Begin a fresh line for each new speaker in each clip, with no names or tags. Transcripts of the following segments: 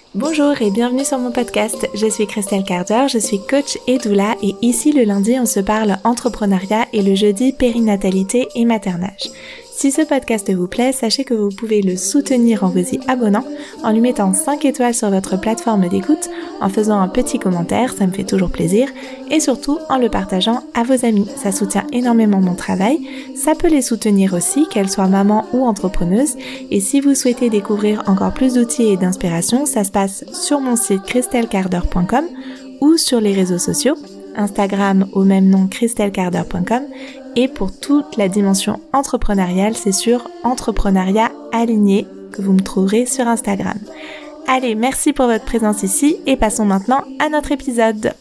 Bonjour et bienvenue sur mon podcast, je suis Christelle Carder, je suis coach et doula et ici le lundi on se parle entrepreneuriat et le jeudi périnatalité et maternage. Si ce podcast vous plaît, sachez que vous pouvez le soutenir en vous y abonnant, en lui mettant 5 étoiles sur votre plateforme d'écoute, en faisant un petit commentaire, ça me fait toujours plaisir, et surtout en le partageant à vos amis. Ça soutient énormément mon travail, ça peut les soutenir aussi, qu'elles soient mamans ou entrepreneuses, et si vous souhaitez découvrir encore plus d'outils et d'inspiration, ça se passe sur mon site christelcarder.com ou sur les réseaux sociaux, Instagram au même nom christelcarder.com, et pour toute la dimension entrepreneuriale, c'est sur Entrepreneuriat Aligné que vous me trouverez sur Instagram. Allez, merci pour votre présence ici et passons maintenant à notre épisode.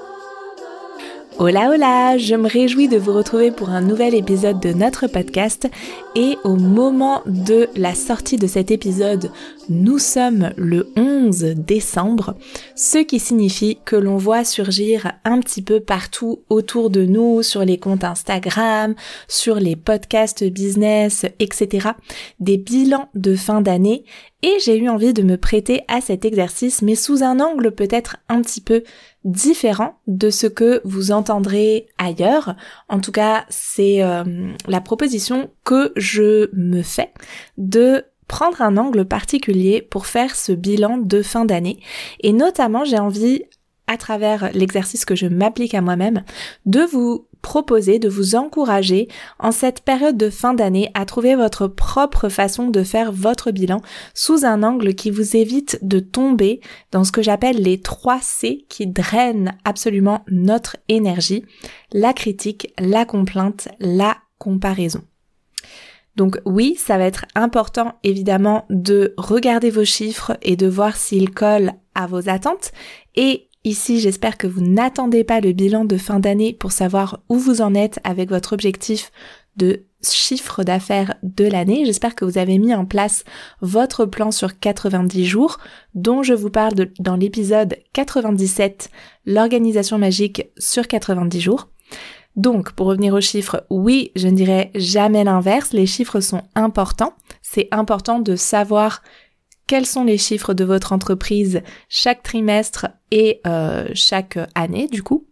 Hola hola, je me réjouis de vous retrouver pour un nouvel épisode de notre podcast et au moment de la sortie de cet épisode, nous sommes le 11 décembre, ce qui signifie que l'on voit surgir un petit peu partout autour de nous, sur les comptes Instagram, sur les podcasts business, etc., des bilans de fin d'année et j'ai eu envie de me prêter à cet exercice mais sous un angle peut-être un petit peu différent de ce que vous entendrez ailleurs. En tout cas, c'est la proposition que je me fais de prendre un angle particulier pour faire ce bilan de fin d'année. Et notamment, j'ai envie, à travers l'exercice que je m'applique à moi-même, de vous proposer, de vous encourager en cette période de fin d'année à trouver votre propre façon de faire votre bilan sous un angle qui vous évite de tomber dans ce que j'appelle les 3 C qui drainent absolument notre énergie, la critique, la complainte, la comparaison. Donc oui, ça va être important évidemment de regarder vos chiffres et de voir s'ils collent à vos attentes et ici, j'espère que vous n'attendez pas le bilan de fin d'année pour savoir où vous en êtes avec votre objectif de chiffre d'affaires de l'année. J'espère que vous avez mis en place votre plan sur 90 jours, dont je vous parle dans l'épisode 97, l'organisation magique sur 90 jours. Donc, pour revenir aux chiffres, oui, je ne dirais jamais l'inverse. Les chiffres sont importants. C'est important de savoir quels sont les chiffres de votre entreprise chaque trimestre et chaque année du coup.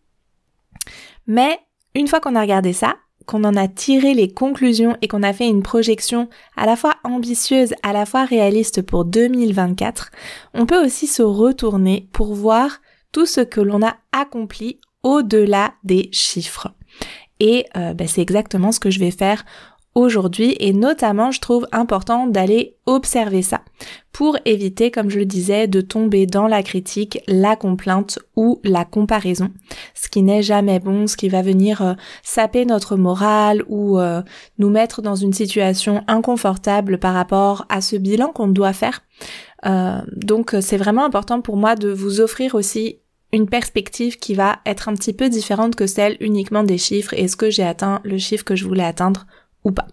Mais une fois qu'on a regardé ça, qu'on en a tiré les conclusions et qu'on a fait une projection à la fois ambitieuse, à la fois réaliste pour 2024, on peut aussi se retourner pour voir tout ce que l'on a accompli au-delà des chiffres. Et c'est exactement ce que je vais faire aujourd'hui et notamment je trouve important d'aller observer ça pour éviter, comme je le disais, de tomber dans la critique, la complainte ou la comparaison, ce qui n'est jamais bon, ce qui va venir saper notre morale ou nous mettre dans une situation inconfortable par rapport à ce bilan qu'on doit faire. Donc c'est vraiment important pour moi de vous offrir aussi une perspective qui va être un petit peu différente que celle uniquement des chiffres. Est-ce que j'ai atteint le chiffre que je voulais atteindre ou pas.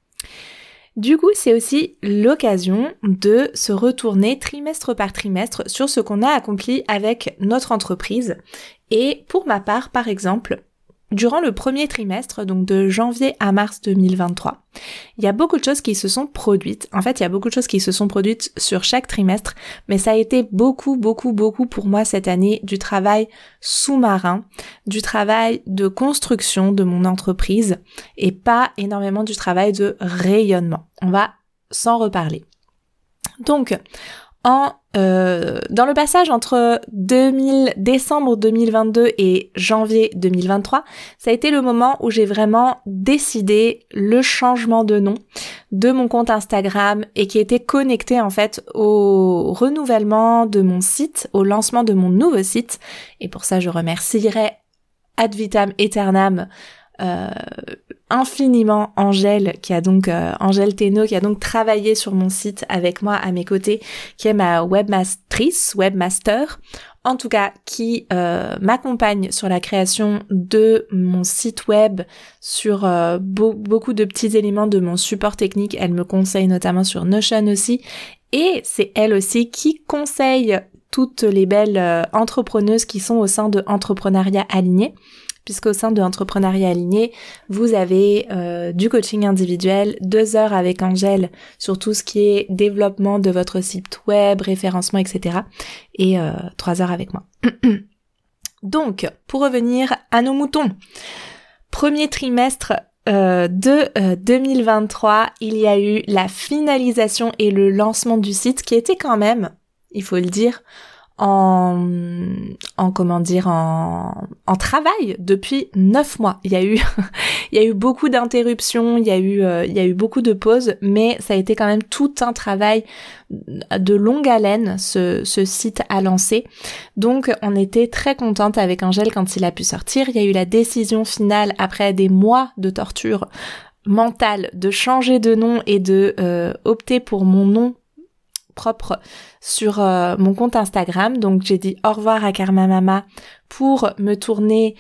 Du coup, c'est aussi l'occasion de se retourner trimestre par trimestre sur ce qu'on a accompli avec notre entreprise. Et pour ma part, par exemple, durant le premier trimestre, donc de janvier à mars 2023, il y a beaucoup de choses qui se sont produites. En fait, il y a beaucoup de choses qui se sont produites sur chaque trimestre, mais ça a été beaucoup pour moi cette année du travail sous-marin, du travail de construction de mon entreprise et pas énormément du travail de rayonnement. On va s'en reparler. Donc, dans le passage entre décembre 2022 et janvier 2023, ça a été le moment où j'ai vraiment décidé le changement de nom de mon compte Instagram et qui était connecté en fait au renouvellement de mon site, au lancement de mon nouveau site. Et pour ça, je remercierai ad vitam aeternam infiniment Angèle Angèle Thénault qui a donc travaillé sur mon site avec moi à mes côtés, qui est ma webmaster, en tout cas qui m'accompagne sur la création de mon site web, sur beaucoup de petits éléments de mon support technique. Elle me conseille notamment sur Notion aussi, et c'est elle aussi qui conseille toutes les belles entrepreneuses qui sont au sein de Entrepreneuriat Aligné. puisqu'au sein de Entrepreneuriat Aligné, vous avez du coaching individuel, 2 heures avec Angèle sur tout ce qui est développement de votre site web, référencement, etc. Et 3 heures avec moi. Donc, pour revenir à nos moutons, premier trimestre de 2023, il y a eu la finalisation et le lancement du site qui était quand même, il faut le dire, en travail depuis 9 mois. Il y a eu beaucoup d'interruptions, il y a eu beaucoup de pauses, mais ça a été quand même tout un travail de longue haleine, ce site à lancer. Donc on était très contente avec Angèle quand il a pu sortir. Il y a eu la décision finale après des mois de torture mentale de changer de nom et de opter pour mon nom propre sur mon compte Instagram. Donc j'ai dit au revoir à Karma Mama pour me tourner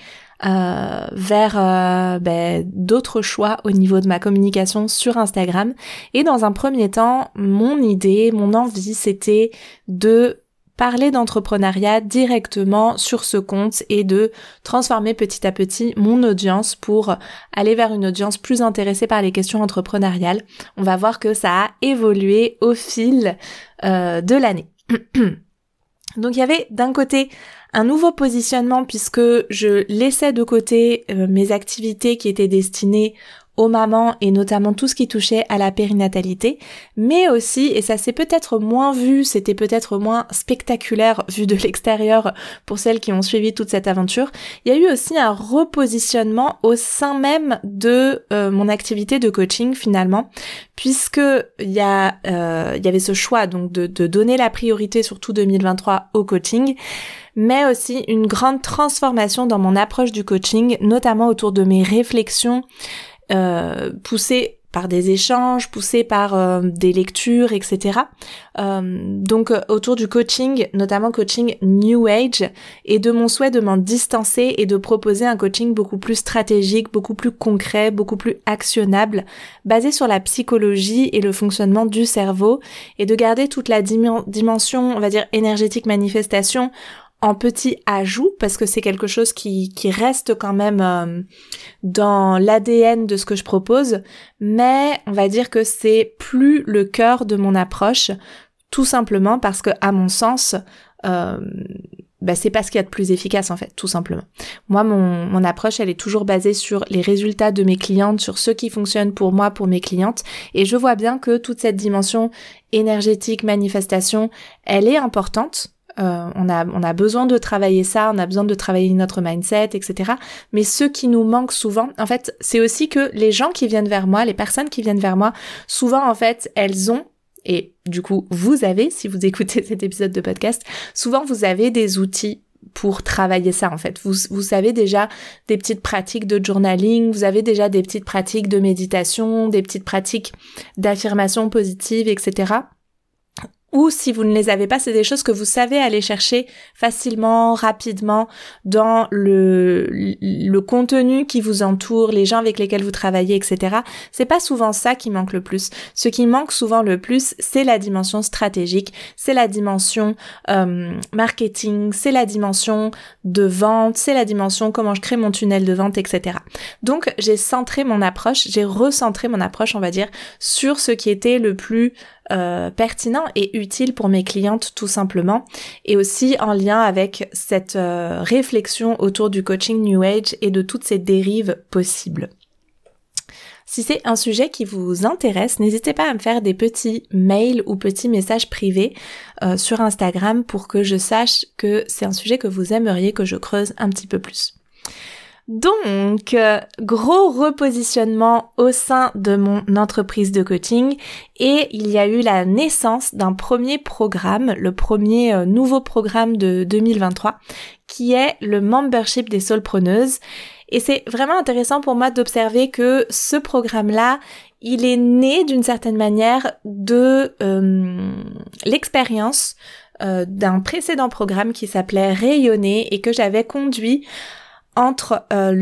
vers d'autres choix au niveau de ma communication sur Instagram. Et dans un premier temps, mon idée, mon envie, c'était de parler d'entrepreneuriat directement sur ce compte et de transformer petit à petit mon audience pour aller vers une audience plus intéressée par les questions entrepreneuriales. On va voir que ça a évolué au fil de l'année. Donc il y avait d'un côté un nouveau positionnement puisque je laissais de côté mes activités qui étaient destinées aux mamans et notamment tout ce qui touchait à la périnatalité, mais aussi, et ça s'est peut-être moins vu, c'était peut-être moins spectaculaire vu de l'extérieur pour celles qui ont suivi toute cette aventure, il y a eu aussi un repositionnement au sein même de mon activité de coaching finalement, puisque il y avait ce choix donc de donner la priorité surtout 2023 au coaching, mais aussi une grande transformation dans mon approche du coaching, notamment autour de mes réflexions poussées par des échanges, poussées par des lectures, etc. Donc autour du coaching, notamment coaching New Age, et de mon souhait de m'en distancer et de proposer un coaching beaucoup plus stratégique, beaucoup plus concret, beaucoup plus actionnable, basé sur la psychologie et le fonctionnement du cerveau, et de garder toute la dimension, on va dire, énergétique manifestation en petit ajout, parce que c'est quelque chose qui reste quand même dans l'ADN de ce que je propose, mais on va dire que c'est plus le cœur de mon approche, tout simplement parce que, à mon sens, c'est pas ce qu'il y a de plus efficace en fait, tout simplement. Moi, mon approche, elle est toujours basée sur les résultats de mes clientes, sur ce qui fonctionne pour moi, pour mes clientes, et je vois bien que toute cette dimension énergétique, manifestation, elle est importante. On a besoin de travailler ça, on a besoin de travailler notre mindset, etc. Mais ce qui nous manque souvent, en fait, c'est aussi que les gens qui viennent vers moi, les personnes qui viennent vers moi, souvent, en fait, elles ont, et du coup, vous avez, si vous écoutez cet épisode de podcast, souvent vous avez des outils pour travailler ça, en fait. Vous avez déjà des petites pratiques de journaling, vous avez déjà des petites pratiques de méditation, des petites pratiques d'affirmation positive, etc. Ou si vous ne les avez pas, c'est des choses que vous savez aller chercher facilement, rapidement dans le contenu qui vous entoure, les gens avec lesquels vous travaillez, etc. C'est pas souvent ça qui manque le plus. Ce qui manque souvent le plus, c'est la dimension stratégique, c'est la dimension marketing, c'est la dimension de vente, c'est la dimension comment je crée mon tunnel de vente, etc. Donc j'ai recentré mon approche, on va dire, sur ce qui était le plus pertinent et utile pour mes clientes tout simplement, et aussi en lien avec cette réflexion autour du coaching New Age et de toutes ces dérives possibles. Si c'est un sujet qui vous intéresse, n'hésitez pas à me faire des petits mails ou petits messages privés sur Instagram pour que je sache que c'est un sujet que vous aimeriez que je creuse un petit peu plus. Donc, gros repositionnement au sein de mon entreprise de coaching, et il y a eu la naissance d'un premier programme, le premier nouveau programme de 2023, qui est le membership des soulpreneuses. Et c'est vraiment intéressant pour moi d'observer que ce programme-là, il est né d'une certaine manière de l'expérience d'un précédent programme qui s'appelait Rayonner et que j'avais conduit entre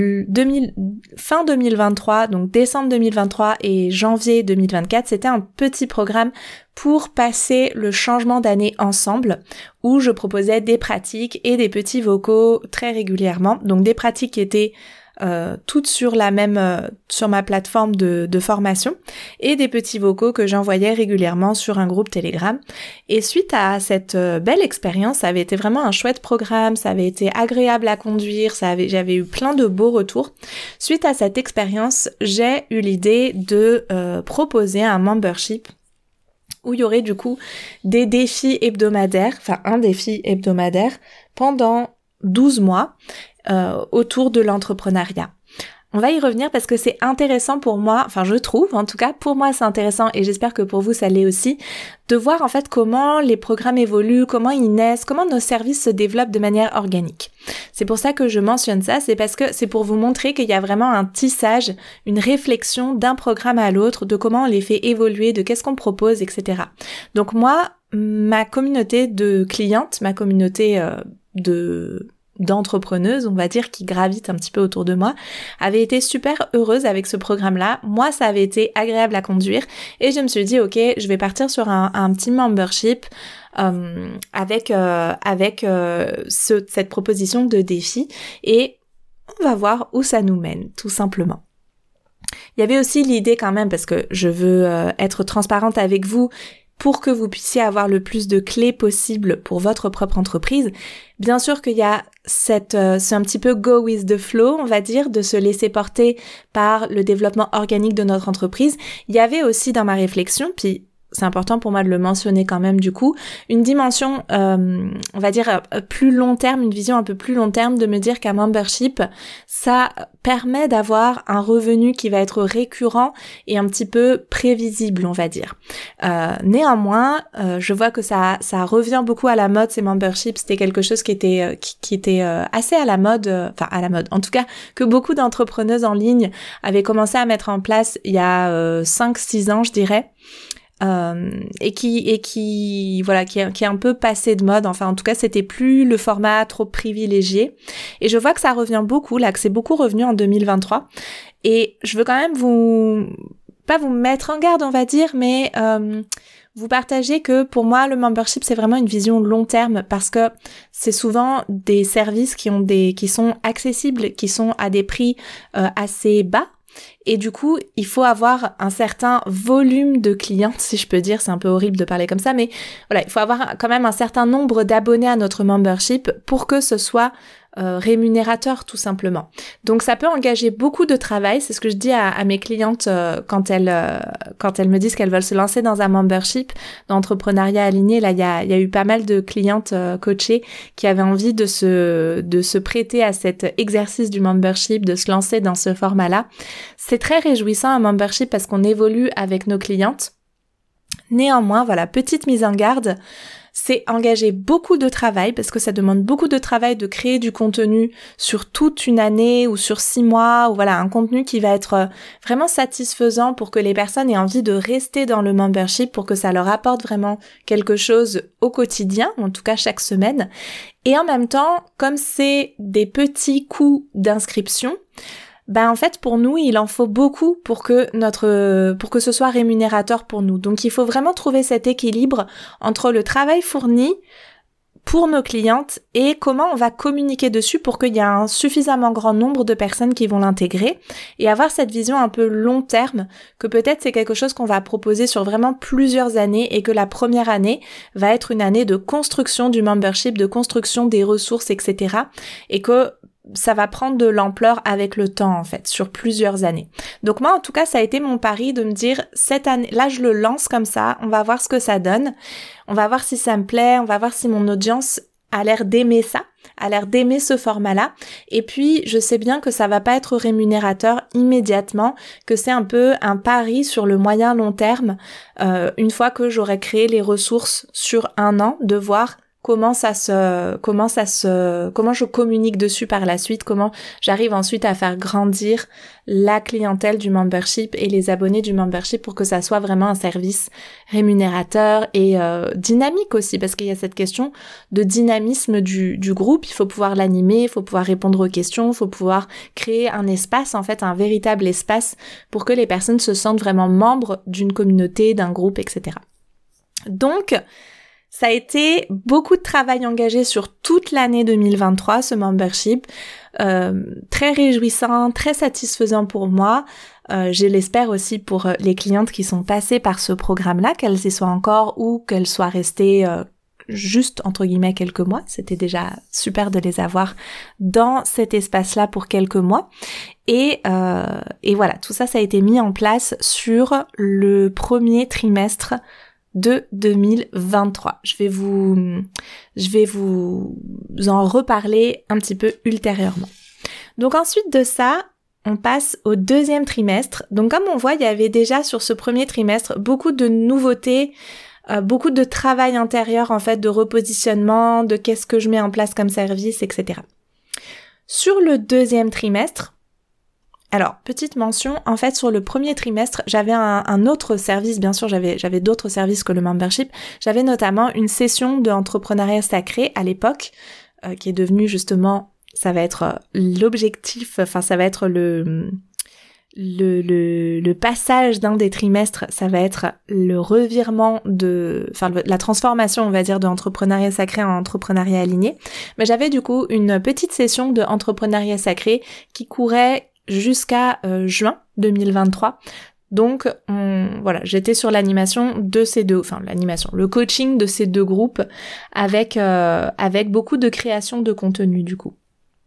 fin 2023, donc décembre 2023 et janvier 2024, c'était un petit programme pour passer le changement d'année ensemble, où je proposais des pratiques et des petits vocaux très régulièrement. Donc des pratiques qui étaient toutes sur ma plateforme de formation, et des petits vocaux que j'envoyais régulièrement sur un groupe Telegram. Et suite à cette belle expérience, ça avait été vraiment un chouette programme, ça avait été agréable à conduire, j'avais eu plein de beaux retours. Suite à cette expérience, j'ai eu l'idée de proposer un membership où il y aurait du coup des défis hebdomadaires, enfin un défi hebdomadaire pendant 12 mois autour de l'entrepreneuriat. On va y revenir parce que c'est intéressant pour moi, enfin je trouve, en tout cas pour moi c'est intéressant et j'espère que pour vous ça l'est aussi, de voir en fait comment les programmes évoluent, comment ils naissent, comment nos services se développent de manière organique. C'est pour ça que je mentionne ça, c'est parce que c'est pour vous montrer qu'il y a vraiment un tissage, une réflexion d'un programme à l'autre, de comment on les fait évoluer, de qu'est-ce qu'on propose, etc. Donc moi, ma communauté de clientes, ma communauté d'entrepreneuses, on va dire, qui gravitent un petit peu autour de moi, avait été super heureuse avec ce programme-là. Moi, ça avait été agréable à conduire et je me suis dit, ok, je vais partir sur un petit membership avec cette proposition de défi et on va voir où ça nous mène, tout simplement. Il y avait aussi l'idée quand même, parce que je veux être transparente avec vous, pour que vous puissiez avoir le plus de clés possible pour votre propre entreprise. Bien sûr qu'il y a c'est un petit peu go with the flow, on va dire, de se laisser porter par le développement organique de notre entreprise. Il y avait aussi dans ma réflexion, puis c'est important pour moi de le mentionner quand même du coup, une dimension, on va dire, plus long terme, une vision un peu plus long terme, de me dire qu'un membership, ça permet d'avoir un revenu qui va être récurrent et un petit peu prévisible, on va dire. Néanmoins, je vois que ça revient beaucoup à la mode, ces memberships. C'était quelque chose qui était assez à la mode, en tout cas, que beaucoup d'entrepreneuses en ligne avaient commencé à mettre en place il y a 5-6 ans, je dirais. Et qui est un peu passé de mode. Enfin, en tout cas, c'était plus le format trop privilégié. Et je vois que ça revient beaucoup, là, que c'est beaucoup revenu en 2023. Et je veux quand même pas vous mettre en garde, on va dire, mais vous partager que pour moi, le membership, c'est vraiment une vision long terme, parce que c'est souvent des services qui sont accessibles, qui sont à des prix assez bas. Et du coup, il faut avoir un certain volume de clientes, si je peux dire, c'est un peu horrible de parler comme ça, mais voilà, il faut avoir quand même un certain nombre d'abonnés à notre membership pour que ce soit rémunérateur, tout simplement. Donc ça peut engager beaucoup de travail, c'est ce que je dis à mes clientes quand elles me disent qu'elles veulent se lancer dans un membership d'entrepreneuriat aligné. Là, il y a eu pas mal de clientes coachées qui avaient envie de se prêter à cet exercice du membership, de se lancer dans ce format-là. C'est très réjouissant un membership parce qu'on évolue avec nos clientes. Néanmoins, voilà, petite mise en garde, c'est engager beaucoup de travail, parce que ça demande beaucoup de travail de créer du contenu sur toute une année ou sur 6 mois, ou voilà, un contenu qui va être vraiment satisfaisant pour que les personnes aient envie de rester dans le membership, pour que ça leur apporte vraiment quelque chose au quotidien, en tout cas chaque semaine. Et en même temps, comme c'est des petits coûts d'inscription, en fait pour nous il en faut beaucoup pour que ce soit rémunérateur pour nous. Donc il faut vraiment trouver cet équilibre entre le travail fourni pour nos clientes et comment on va communiquer dessus pour qu'il y ait un suffisamment grand nombre de personnes qui vont l'intégrer, et avoir cette vision un peu long terme, que peut-être c'est quelque chose qu'on va proposer sur vraiment plusieurs années, et que la première année va être une année de construction du membership, de construction des ressources, etc. et que ça va prendre de l'ampleur avec le temps, en fait, sur plusieurs années. Donc moi, en tout cas, ça a été mon pari de me dire, cette année, là, je le lance comme ça, on va voir ce que ça donne, on va voir si ça me plaît, on va voir si mon audience a l'air d'aimer ça, a l'air d'aimer ce format-là, et puis je sais bien que ça va pas être rémunérateur immédiatement, que c'est un peu un pari sur le moyen long terme, une fois que j'aurai créé les ressources sur 1 an, de voir comment je communique dessus par la suite, comment j'arrive ensuite à faire grandir la clientèle du membership et les abonnés du membership pour que ça soit vraiment un service rémunérateur et dynamique aussi, parce qu'il y a cette question de dynamisme du groupe. Il faut pouvoir l'animer, il faut pouvoir répondre aux questions, il faut pouvoir créer un espace, en fait un véritable espace pour que les personnes se sentent vraiment membres d'une communauté, d'un groupe, etc. Donc, ça a été beaucoup de travail engagé sur toute l'année 2023, ce membership, très réjouissant, très satisfaisant pour moi. Je l'espère aussi pour les clientes qui sont passées par ce programme-là, qu'elles y soient encore ou qu'elles soient restées juste entre guillemets quelques mois. C'était déjà super de les avoir dans cet espace-là pour quelques mois. Et voilà, tout ça a été mis en place sur le premier trimestre de 2023. Je vais vous en reparler un petit peu ultérieurement. Donc ensuite de ça, on passe au deuxième trimestre. Donc comme on voit, il y avait déjà sur ce premier trimestre beaucoup de nouveautés, beaucoup de travail intérieur en fait, de repositionnement, de qu'est-ce que je mets en place comme service, etc. Sur le deuxième trimestre, alors, petite mention, en fait, sur le premier trimestre, j'avais un autre service, bien sûr, j'avais d'autres services que le membership. J'avais notamment une session de entrepreneuriat sacré à l'époque, qui est devenue justement, ça va être l'objectif, enfin, ça va être le passage d'un des trimestres, ça va être le revirement la transformation, on va dire, de entrepreneuriat sacré en entrepreneuriat aligné. Mais j'avais du coup une petite session de entrepreneuriat sacré qui courait jusqu'à juin 2023. Donc voilà, j'étais sur l'animation de ces deux, le coaching de ces deux groupes avec beaucoup de création de contenu du coup.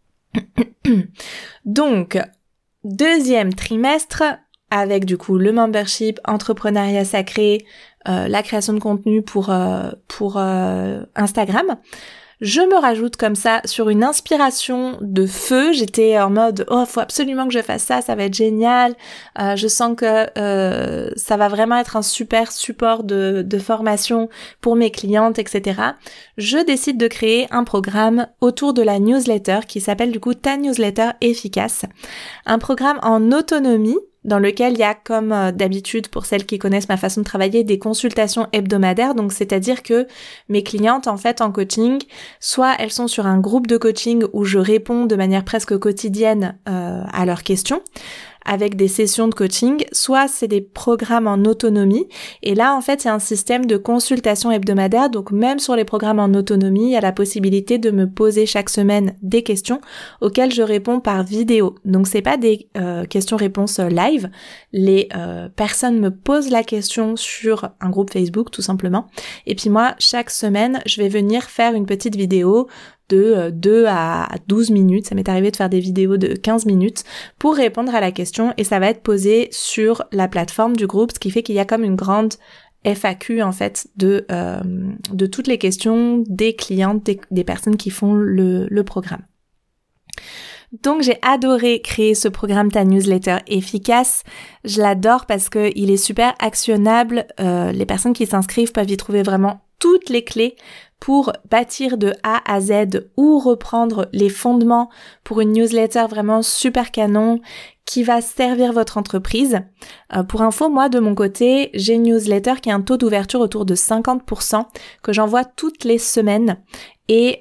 Donc deuxième trimestre avec du coup le membership, entrepreneuriat sacré, la création de contenu pour Instagram. Je me rajoute comme ça sur une inspiration de feu. J'étais en mode « Oh, faut absolument que je fasse ça, ça va être génial. Je sens que ça va vraiment être un super support de formation pour mes clientes, etc. » Je décide de créer un programme autour de la newsletter qui s'appelle du coup « Ta newsletter efficace ». Un programme en autonomie dans lequel il y a, comme d'habitude pour celles qui connaissent ma façon de travailler, des consultations hebdomadaires. Donc c'est-à-dire que mes clientes, en fait, en coaching, soit elles sont sur un groupe de coaching où je réponds de manière presque quotidienne à leurs questions, avec des sessions de coaching, soit c'est des programmes en autonomie. Et là, en fait, c'est un système de consultation hebdomadaire. Donc même sur les programmes en autonomie, il y a la possibilité de me poser chaque semaine des questions auxquelles je réponds par vidéo. Donc c'est pas des questions-réponses live. Les personnes me posent la question sur un groupe Facebook, tout simplement. Et puis moi, chaque semaine, je vais venir faire une petite vidéo de 2 à 12 minutes. Ça m'est arrivé de faire des vidéos de 15 minutes pour répondre à la question et ça va être posé sur la plateforme du groupe, ce qui fait qu'il y a comme une grande FAQ en fait de toutes les questions des clientes, des personnes qui font le programme. Donc j'ai adoré créer ce programme Ta Newsletter Efficace. Je l'adore parce que il est super actionnable. Les personnes qui s'inscrivent peuvent y trouver vraiment toutes les clés pour bâtir de A à Z ou reprendre les fondements pour une newsletter vraiment super canon qui va servir votre entreprise. Pour info, moi de mon côté, j'ai une newsletter qui a un taux d'ouverture autour de 50% que j'envoie toutes les semaines. Et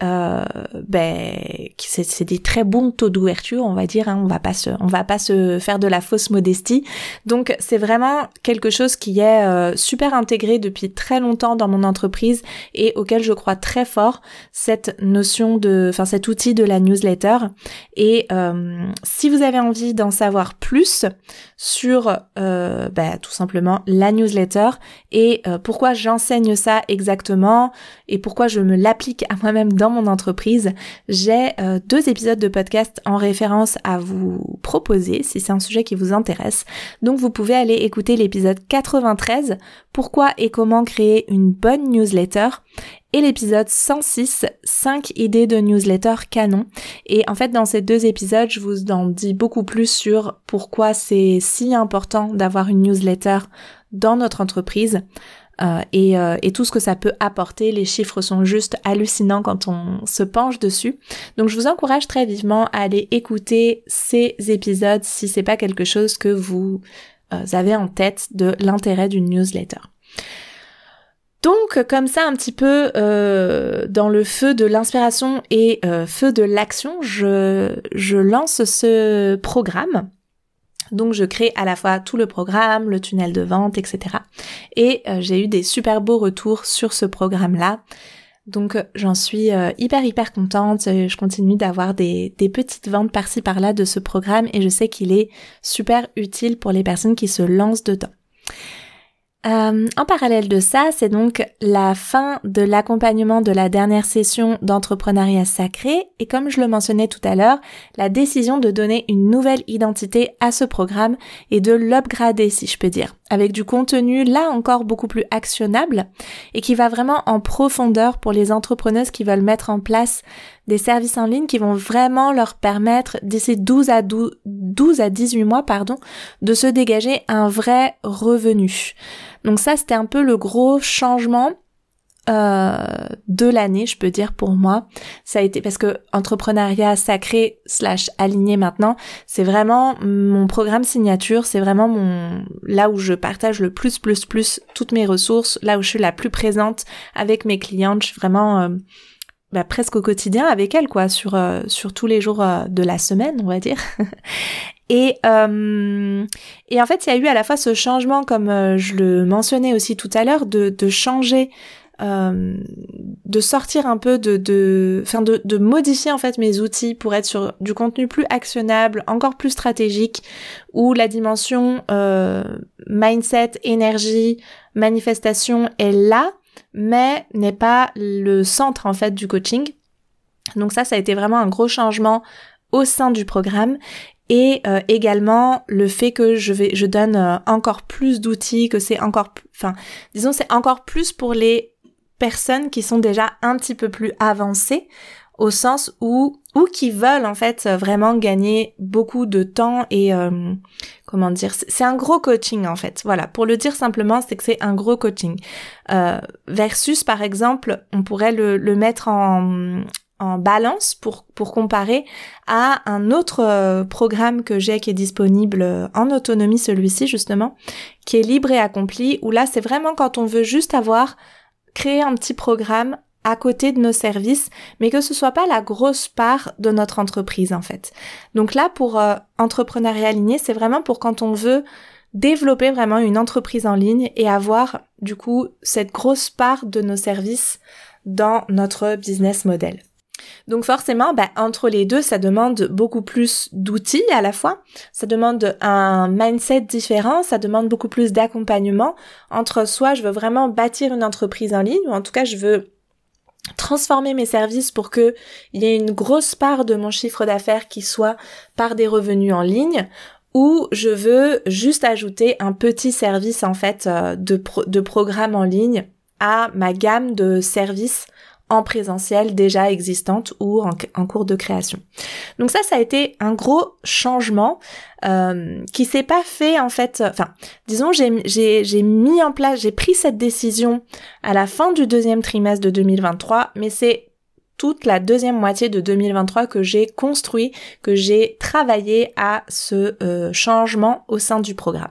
c'est des très bons taux d'ouverture, on va dire, hein, on va pas se faire de la fausse modestie. Donc c'est vraiment quelque chose qui est super intégré depuis très longtemps dans mon entreprise et auquel je crois très fort, cet outil de la newsletter. Et si vous avez envie d'en savoir plus sur tout simplement la newsletter et pourquoi j'enseigne ça exactement et pourquoi je me l'applique à moi-même dans mon entreprise, j'ai 2 épisodes de podcast en référence à vous proposer si c'est un sujet qui vous intéresse. Donc vous pouvez aller écouter l'épisode 93, pourquoi et comment créer une bonne newsletter, et l'épisode 106, 5 idées de newsletter canon. Et en fait, dans ces 2 épisodes, je vous en dis beaucoup plus sur pourquoi c'est si important d'avoir une newsletter dans notre entreprise. et tout ce que ça peut apporter. Les chiffres sont juste hallucinants quand on se penche dessus. Donc je vous encourage très vivement à aller écouter ces épisodes si c'est pas quelque chose que vous avez en tête de l'intérêt d'une newsletter. Donc comme ça un petit peu dans le feu de l'inspiration et feu de l'action, je lance ce programme. Donc je crée à la fois tout le programme, le tunnel de vente, etc. Et j'ai eu des super beaux retours sur ce programme-là. Donc j'en suis hyper contente. Je continue d'avoir des petites ventes par-ci par-là de ce programme et je sais qu'il est super utile pour les personnes qui se lancent dedans. En parallèle de ça, c'est donc la fin de l'accompagnement de la dernière session d'entrepreneuriat sacré et comme je le mentionnais tout à l'heure, la décision de donner une nouvelle identité à ce programme et de l'upgrader si je peux dire, avec du contenu là encore beaucoup plus actionnable et qui va vraiment en profondeur pour les entrepreneuses qui veulent mettre en place des services en ligne qui vont vraiment leur permettre d'ici 12 à 18 mois, de se dégager un vrai revenu. Donc ça, c'était un peu le gros changement de l'année, je peux dire pour moi. Ça a été parce que entrepreneuriat sacré / aligné maintenant, c'est vraiment mon programme signature, c'est vraiment là où je partage le plus toutes mes ressources, là où je suis la plus présente avec mes clientes, je suis vraiment presque au quotidien avec elles quoi, sur tous les jours de la semaine, on va dire. Et en fait, il y a eu à la fois ce changement, comme je le mentionnais aussi tout à l'heure, de changer, de sortir un peu de modifier en fait mes outils pour être sur du contenu plus actionnable, encore plus stratégique, où la dimension mindset, énergie, manifestation est là, mais n'est pas le centre en fait du coaching. Donc ça a été vraiment un gros changement au sein du programme. Et également le fait que je donne encore plus d'outils, que c'est encore plus pour les personnes qui sont déjà un petit peu plus avancées, au sens où qui veulent en fait vraiment gagner beaucoup de temps et c'est un gros coaching en fait. Voilà, pour le dire simplement, c'est que c'est un gros coaching. Versus par exemple, on pourrait le mettre en balance pour comparer à un autre programme que j'ai qui est disponible en autonomie, celui-ci justement, qui est libre et accompli, où là c'est vraiment quand on veut juste créer un petit programme à côté de nos services, mais que ce soit pas la grosse part de notre entreprise en fait. Donc là pour entrepreneuriat aligné, c'est vraiment pour quand on veut développer vraiment une entreprise en ligne et avoir du coup cette grosse part de nos services dans notre business model. Donc forcément, entre les deux, ça demande beaucoup plus d'outils à la fois, ça demande un mindset différent, ça demande beaucoup plus d'accompagnement entre soit je veux vraiment bâtir une entreprise en ligne, ou en tout cas je veux transformer mes services pour que il y ait une grosse part de mon chiffre d'affaires qui soit par des revenus en ligne, ou je veux juste ajouter un petit service en fait de programme en ligne à ma gamme de services en présentiel déjà existante ou en cours de création. Donc ça a été un gros changement qui s'est pas fait en fait, disons j'ai mis en place, j'ai pris cette décision à la fin du deuxième trimestre de 2023, mais c'est toute la deuxième moitié de 2023 que j'ai construit, que j'ai travaillé à ce changement au sein du programme.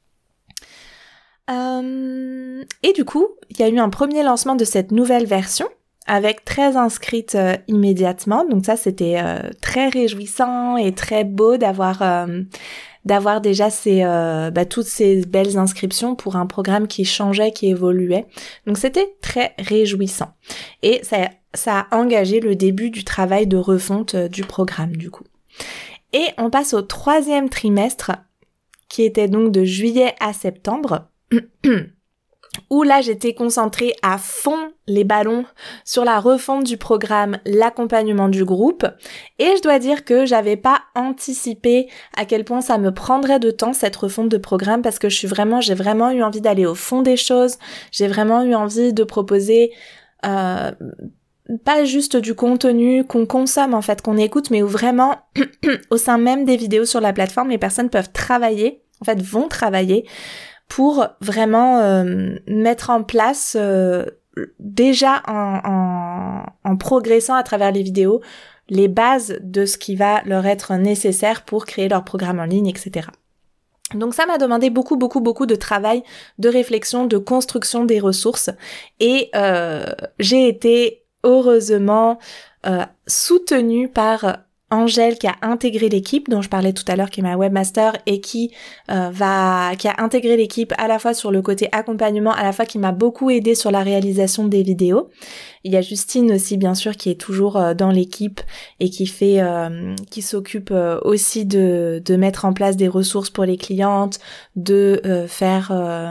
Et du coup, il y a eu un premier lancement de cette nouvelle version avec 13 inscrites immédiatement. Donc ça, c'était très réjouissant et très beau d'avoir déjà toutes ces belles inscriptions pour un programme qui changeait, qui évoluait. Donc c'était très réjouissant. Et ça a engagé le début du travail de refonte du programme du coup. Et on passe au 3e trimestre, qui était donc de juillet à septembre. Où là j'étais concentrée à fond les ballons sur la refonte du programme, l'accompagnement du groupe, et je dois dire que j'avais pas anticipé à quel point ça me prendrait de temps cette refonte de programme, parce que j'ai vraiment eu envie d'aller au fond des choses, j'ai vraiment eu envie de proposer pas juste du contenu qu'on consomme en fait, qu'on écoute, mais où vraiment au sein même des vidéos sur la plateforme, les personnes peuvent vont travailler pour vraiment mettre en place déjà en progressant à travers les vidéos les bases de ce qui va leur être nécessaire pour créer leur programme en ligne, etc. Donc ça m'a demandé beaucoup de travail, de réflexion, de construction des ressources et j'ai été heureusement soutenue par Angèle qui a intégré l'équipe dont je parlais tout à l'heure, qui est ma webmaster et qui a intégré l'équipe à la fois sur le côté accompagnement, à la fois qui m'a beaucoup aidée sur la réalisation des vidéos. Il y a Justine aussi bien sûr qui est toujours dans l'équipe et qui s'occupe aussi de mettre en place des ressources pour les clientes, de faire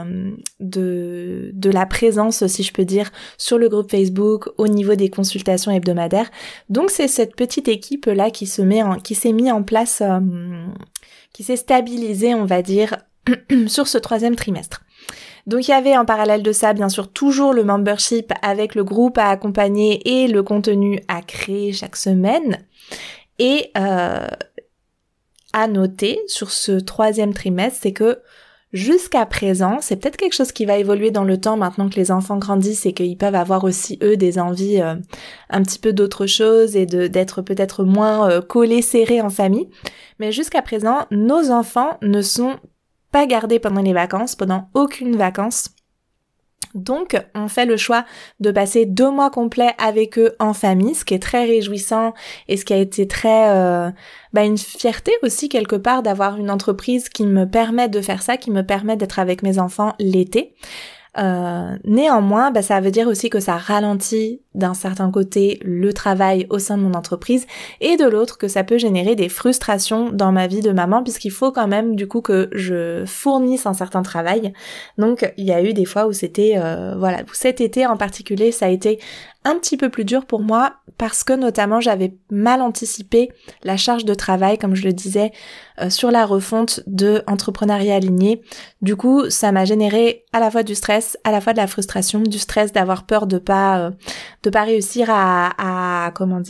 de la présence, si je peux dire, sur le groupe Facebook au niveau des consultations hebdomadaires. Donc c'est cette petite équipe là qui s'est mis en place, qui s'est stabilisée, on va dire, sur ce 3e trimestre. Donc il y avait en parallèle de ça, bien sûr, toujours le membership avec le groupe à accompagner et le contenu à créer chaque semaine. Et à noter sur ce 3e trimestre, c'est que jusqu'à présent, c'est peut-être quelque chose qui va évoluer dans le temps maintenant que les enfants grandissent et qu'ils peuvent avoir aussi eux des envies un petit peu d'autre chose et d'être peut-être moins collés, serrés en famille. Mais jusqu'à présent, nos enfants ne sont pas gardés pendant les vacances, pendant aucune vacances. Donc, on fait le choix de passer 2 mois complets avec eux en famille, ce qui est très réjouissant et ce qui a été très une fierté aussi quelque part d'avoir une entreprise qui me permet de faire ça, qui me permet d'être avec mes enfants l'été. Néanmoins, ça veut dire aussi que ça ralentit d'un certain côté le travail au sein de mon entreprise et de l'autre que ça peut générer des frustrations dans ma vie de maman puisqu'il faut quand même du coup que je fournisse un certain travail. Donc il y a eu des fois où c'était cet été en particulier ça a été un petit peu plus dur pour moi parce que notamment j'avais mal anticipé la charge de travail, comme je le disais, sur la refonte de Entrepreneuriat Aligné. Du coup, ça m'a généré à la fois du stress, à la fois de la frustration, du stress d'avoir peur de pas réussir à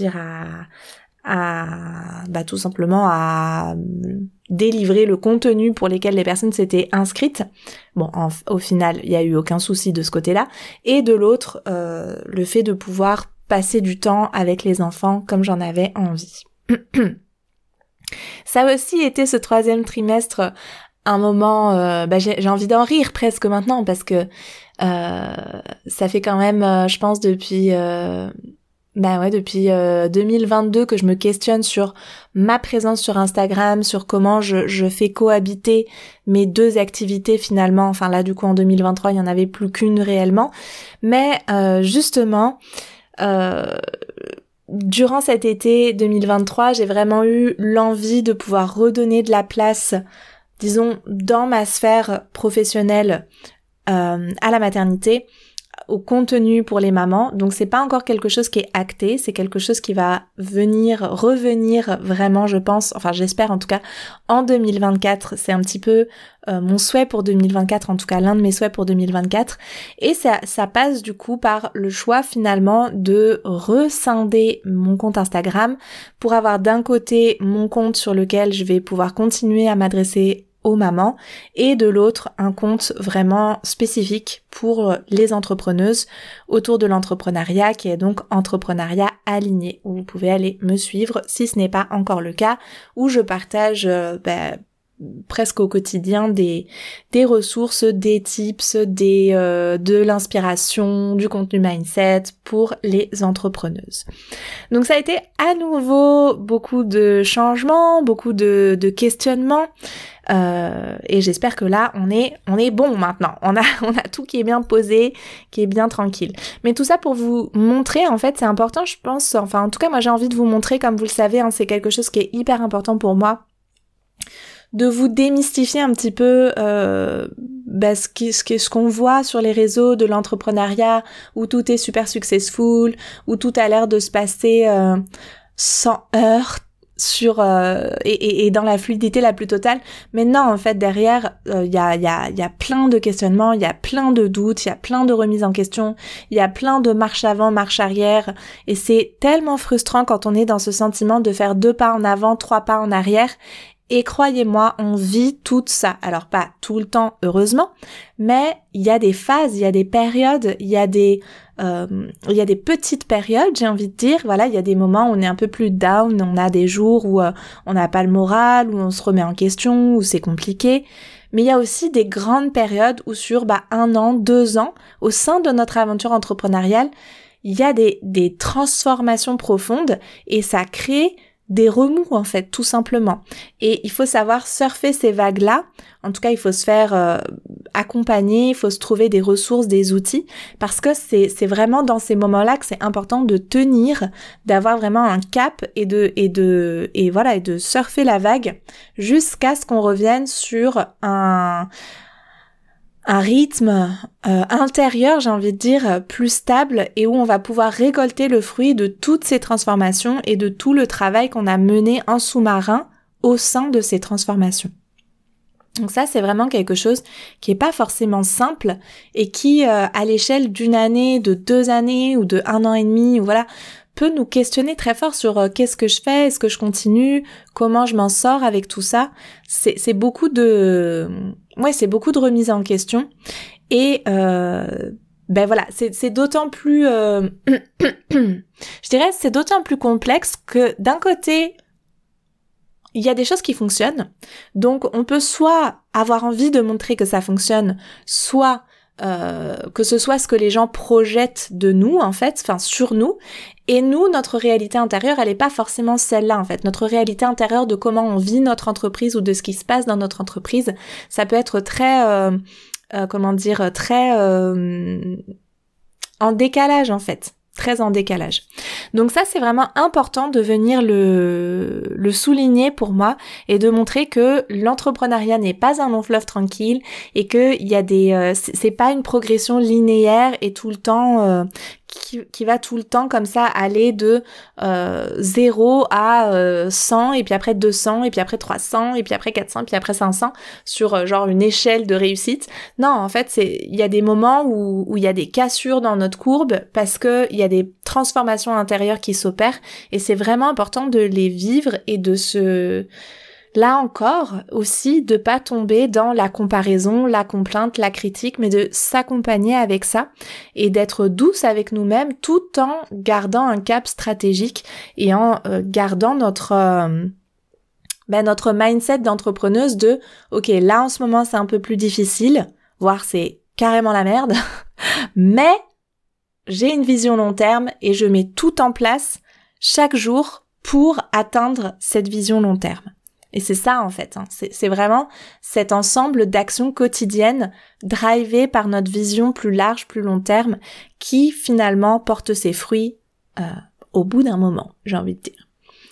tout simplement à délivrer le contenu pour lesquels les personnes s'étaient inscrites. Bon, au final, il n'y a eu aucun souci de ce côté-là. Et de l'autre, le fait de pouvoir passer du temps avec les enfants comme j'en avais envie. Ça a aussi été ce 3e trimestre un moment, j'ai envie d'en rire presque maintenant parce que ça fait quand même, je pense, depuis 2022 que je me questionne sur ma présence sur Instagram, sur comment je fais cohabiter mes 2 activités finalement. Enfin là du coup en 2023 il n'y en avait plus qu'une réellement. Mais justement, durant cet été 2023 j'ai vraiment eu l'envie de pouvoir redonner de la place, disons, dans ma sphère professionnelle à la maternité, au contenu pour les mamans. Donc c'est pas encore quelque chose qui est acté, c'est quelque chose qui va revenir vraiment, je pense, enfin j'espère en tout cas, en 2024. C'est un petit peu mon souhait pour 2024, en tout cas l'un de mes souhaits pour 2024. Et ça passe du coup par le choix finalement de rescinder mon compte Instagram pour avoir d'un côté mon compte sur lequel je vais pouvoir continuer à m'adresser aux mamans et de l'autre un compte vraiment spécifique pour les entrepreneuses autour de l'entrepreneuriat qui est donc Entrepreneuriat Aligné où vous pouvez aller me suivre si ce n'est pas encore le cas, où je partage presque au quotidien des ressources, des tips, de l'inspiration, du contenu mindset pour les entrepreneuses. Donc ça a été à nouveau beaucoup de changements, beaucoup de questionnements. Et j'espère que là on est bon maintenant. On a tout qui est bien posé, qui est bien tranquille. Mais tout ça pour vous montrer, en fait, c'est important, je pense. Enfin, en tout cas, moi j'ai envie de vous montrer, comme vous le savez, c'est quelque chose qui est hyper important pour moi, de vous démystifier un petit peu ce qu'on voit sur les réseaux de l'entrepreneuriat où tout est super successful, où tout a l'air de se passer sans heurts, et dans la fluidité la plus totale. Mais non, en fait, derrière, il y a plein de questionnements, il y a plein de doutes, il y a plein de remises en question, il y a plein de marche avant, marche arrière, et c'est tellement frustrant quand on est dans ce sentiment de faire 2 pas en avant, 3 pas en arrière, Et croyez-moi, on vit tout ça. Alors pas tout le temps, heureusement, mais il y a des phases, il y a des périodes, il y a des petites périodes, j'ai envie de dire. Voilà, il y a des moments où on est un peu plus down, on a des jours où on n'a pas le moral, où on se remet en question, où c'est compliqué. Mais il y a aussi des grandes périodes où sur 1 an, 2 ans, au sein de notre aventure entrepreneuriale, il y a des transformations profondes et ça crée des remous en fait, tout simplement. Et il faut savoir surfer ces vagues-là. En tout cas, il faut se faire accompagner, il faut se trouver des ressources, des outils, parce que c'est vraiment dans ces moments-là que c'est important de tenir, d'avoir vraiment un cap et de surfer la vague jusqu'à ce qu'on revienne sur un rythme intérieur, j'ai envie de dire, plus stable et où on va pouvoir récolter le fruit de toutes ces transformations et de tout le travail qu'on a mené en sous-marin au sein de ces transformations. Donc ça, c'est vraiment quelque chose qui est pas forcément simple et qui, à l'échelle d'1 année, de 2 années ou de 1 an et demi, ou voilà, peut nous questionner très fort sur qu'est-ce que je fais, est-ce que je continue, comment je m'en sors avec tout ça. C'est beaucoup de remise en question et voilà, c'est d'autant plus je dirais c'est d'autant plus complexe que d'un côté il y a des choses qui fonctionnent. Donc on peut soit avoir envie de montrer que ça fonctionne, soit que ce soit ce que les gens projettent de nous en fait, enfin sur nous, et nous, notre réalité intérieure, elle est pas forcément celle-là en fait. Notre réalité intérieure de comment on vit notre entreprise ou de ce qui se passe dans notre entreprise, ça peut être très, très en décalage en fait. Très en décalage. Donc ça, c'est vraiment important de venir le souligner pour moi et de montrer que l'entrepreneuriat n'est pas un long fleuve tranquille et que il y a c'est pas une progression linéaire et tout le temps qui va tout le temps comme ça aller de 0 à 100 et puis après 200 et puis après 300 et puis après 400 et puis après 500 sur genre une échelle de réussite. Non, en fait, il y a des moments où il y a des cassures dans notre courbe parce que il y a des transformations intérieures qui s'opèrent et c'est vraiment important de les vivre et là encore aussi, de pas tomber dans la comparaison, la complainte, la critique, mais de s'accompagner avec ça et d'être douce avec nous-mêmes tout en gardant un cap stratégique et en gardant notre mindset d'entrepreneuse de « Ok, là en ce moment c'est un peu plus difficile, voire c'est carrément la merde, mais j'ai une vision long terme et je mets tout en place chaque jour pour atteindre cette vision long terme. » Et c'est ça en fait, hein. C'est vraiment cet ensemble d'actions quotidiennes drivées par notre vision plus large, plus long terme, qui finalement porte ses fruits au bout d'un moment, j'ai envie de dire.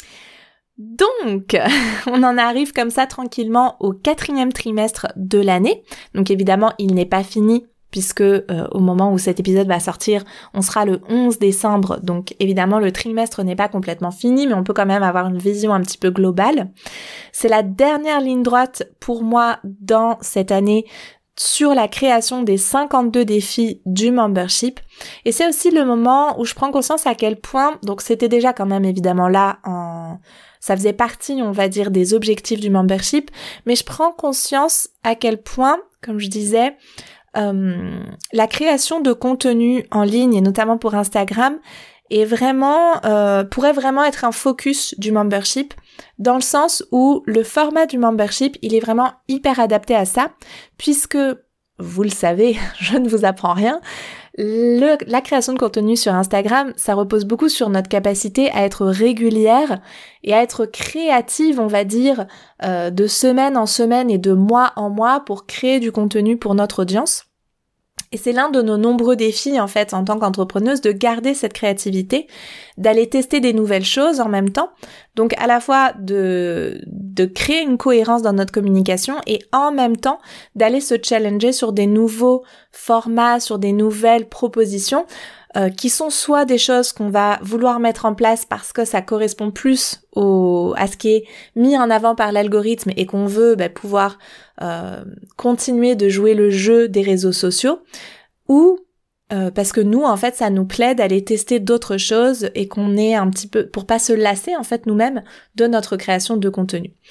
Donc, on en arrive comme ça tranquillement au 4e trimestre de l'année. Donc évidemment, il n'est pas fini puisque au moment où cet épisode va sortir, on sera le 11 décembre, donc évidemment le trimestre n'est pas complètement fini, mais on peut quand même avoir une vision un petit peu globale. C'est la dernière ligne droite pour moi dans cette année sur la création des 52 défis du membership, et c'est aussi le moment où je prends conscience à quel point, donc c'était déjà quand même évidemment là ça faisait partie, on va dire, des objectifs du membership, mais je prends conscience à quel point, comme je disais, la création de contenu en ligne et notamment pour Instagram est vraiment pourrait vraiment être un focus du membership dans le sens où le format du membership il est vraiment hyper adapté à ça puisque vous le savez, je ne vous apprends rien, la création de contenu sur Instagram, ça repose beaucoup sur notre capacité à être régulière et à être créative, on va dire, de semaine en semaine et de mois en mois pour créer du contenu pour notre audience. Et c'est l'un de nos nombreux défis, en fait, en tant qu'entrepreneuse, de garder cette créativité, d'aller tester des nouvelles choses en même temps. Donc, à la fois de créer une cohérence dans notre communication et en même temps d'aller se challenger sur des nouveaux formats, sur des nouvelles propositions, qui sont soit des choses qu'on va vouloir mettre en place parce que ça correspond plus à ce qui est mis en avant par l'algorithme et qu'on veut pouvoir continuer de jouer le jeu des réseaux sociaux, ou parce que nous, en fait, ça nous plaît d'aller tester d'autres choses et qu'on est un petit peu, pour pas se lasser, en fait, nous-mêmes, de notre création de contenu.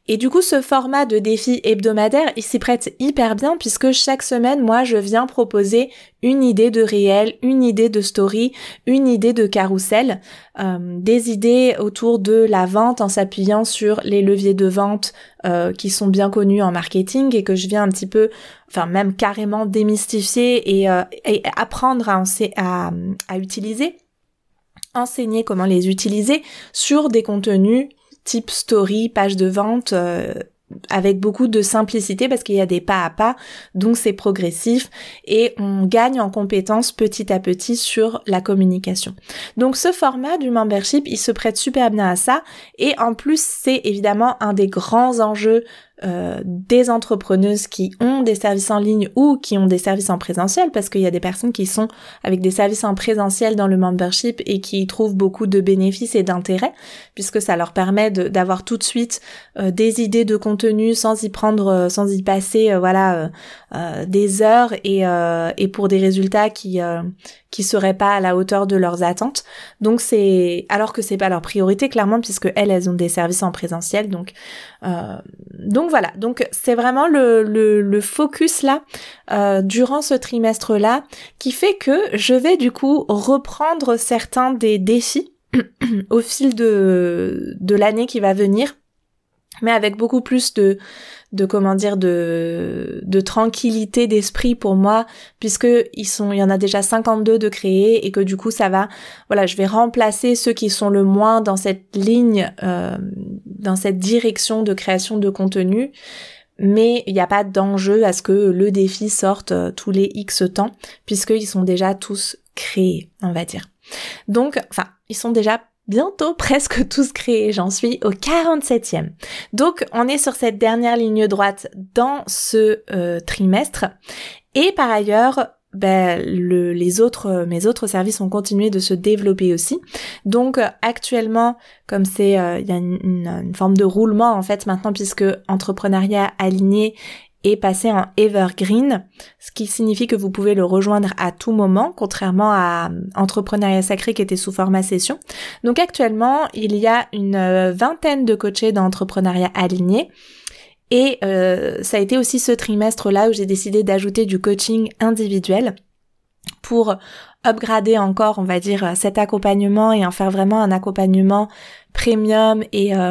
Et du coup, ce format de défi hebdomadaire, il s'y prête hyper bien puisque chaque semaine, moi, je viens proposer une idée de réel, une idée de story, une idée de carrousel, des idées autour de la vente en s'appuyant sur les leviers de vente qui sont bien connus en marketing et que je viens un petit peu, enfin même carrément démystifier et apprendre à utiliser, enseigner comment les utiliser sur des contenus type story, page de vente, avec beaucoup de simplicité parce qu'il y a des pas à pas, donc c'est progressif et on gagne en compétences petit à petit sur la communication. Donc ce format du membership, il se prête super bien à ça et en plus c'est évidemment un des grands enjeux des entrepreneuses qui ont des services en ligne ou qui ont des services en présentiel, parce qu'il y a des personnes qui sont avec des services en présentiel dans le membership et qui y trouvent beaucoup de bénéfices et d'intérêt, puisque ça leur permet d'avoir tout de suite des idées de contenu sans y passer des heures et pour des résultats qui seraient pas à la hauteur de leurs attentes. Donc alors que c'est pas leur priorité clairement, puisque elles ont des services en présentiel. Donc voilà. Donc c'est vraiment le focus là durant ce trimestre là qui fait que je vais du coup reprendre certains des défis au fil de l'année qui va venir, mais avec beaucoup plus de tranquillité d'esprit pour moi, puisque il y en a déjà 52 de créés et que du coup ça va, je vais remplacer ceux qui sont le moins dans cette ligne, dans cette direction de création de contenu, mais il n'y a pas d'enjeu à ce que le défi sorte tous les X temps, puisqu'ils sont déjà tous créés, on va dire. Donc, ils sont déjà bientôt presque tous créés, j'en suis au 47e. Donc on est sur cette dernière ligne droite dans ce trimestre. Et par ailleurs, mes autres services ont continué de se développer aussi. Donc actuellement, comme il y a une forme de roulement en fait maintenant, puisque Entrepreneuriat Aligné est passé en evergreen, ce qui signifie que vous pouvez le rejoindre à tout moment, contrairement à Entrepreneuriat Sacré qui était sous format session. Donc actuellement, il y a une vingtaine de coachés d'entrepreneuriat aligné. Et ça a été aussi ce trimestre-là où j'ai décidé d'ajouter du coaching individuel pour upgrader encore, on va dire, cet accompagnement et en faire vraiment un accompagnement premium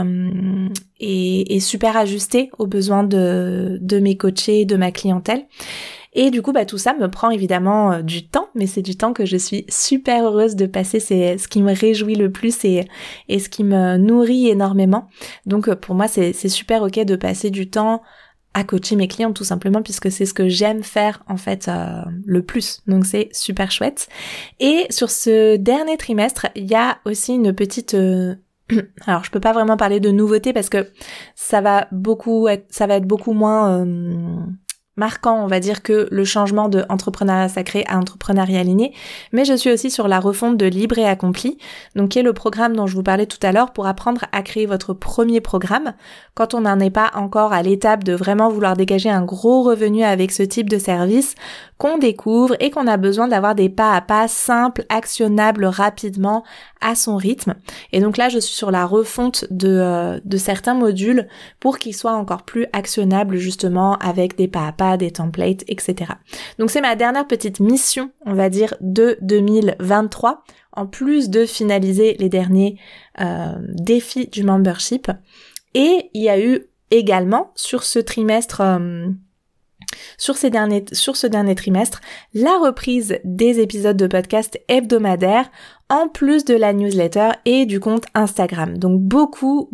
et super ajusté aux besoins de mes coachés, de ma clientèle. Et du coup, tout ça me prend évidemment du temps, mais c'est du temps que je suis super heureuse de passer, c'est ce qui me réjouit le plus et ce qui me nourrit énormément. Donc pour moi, c'est super ok de passer du temps à coacher mes clients tout simplement, puisque c'est ce que j'aime faire en fait le plus. Donc c'est super chouette. Et sur ce dernier trimestre, il y a aussi une petite alors je peux pas vraiment parler de nouveauté parce que ça va être beaucoup moins marquant, on va dire, que le changement de entrepreneuriat sacré à entrepreneuriat aligné, mais je suis aussi sur la refonte de Libre et Accompli, donc qui est le programme dont je vous parlais tout à l'heure pour apprendre à créer votre premier programme quand on n'en est pas encore à l'étape de vraiment vouloir dégager un gros revenu avec ce type de service qu'on découvre et qu'on a besoin d'avoir des pas à pas simples, actionnables rapidement à son rythme. Et donc là, je suis sur la refonte de certains modules pour qu'ils soient encore plus actionnables justement avec des pas à pas, des templates, etc. Donc c'est ma dernière petite mission, on va dire, de 2023, en plus de finaliser les derniers défis du membership. Et il y a eu également sur ce trimestre... sur ce dernier trimestre, la reprise des épisodes de podcast hebdomadaires en plus de la newsletter et du compte Instagram. Donc beaucoup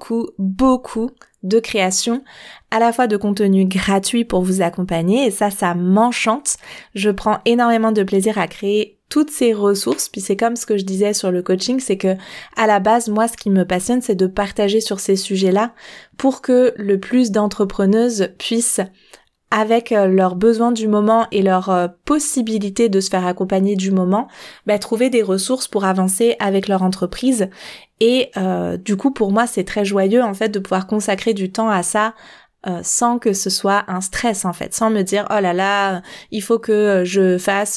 de création, à la fois de contenu gratuit pour vous accompagner, et ça m'enchante. Je prends énormément de plaisir à créer toutes ces ressources, puis c'est comme ce que je disais sur le coaching, c'est que à la base, moi, ce qui me passionne, c'est de partager sur ces sujets-là pour que le plus d'entrepreneuses puissent, avec leurs besoins du moment et leur possibilité de se faire accompagner du moment, trouver des ressources pour avancer avec leur entreprise. Et du coup, pour moi, c'est très joyeux en fait de pouvoir consacrer du temps à ça sans que ce soit un stress en fait, sans me dire oh là là, il faut que je fasse,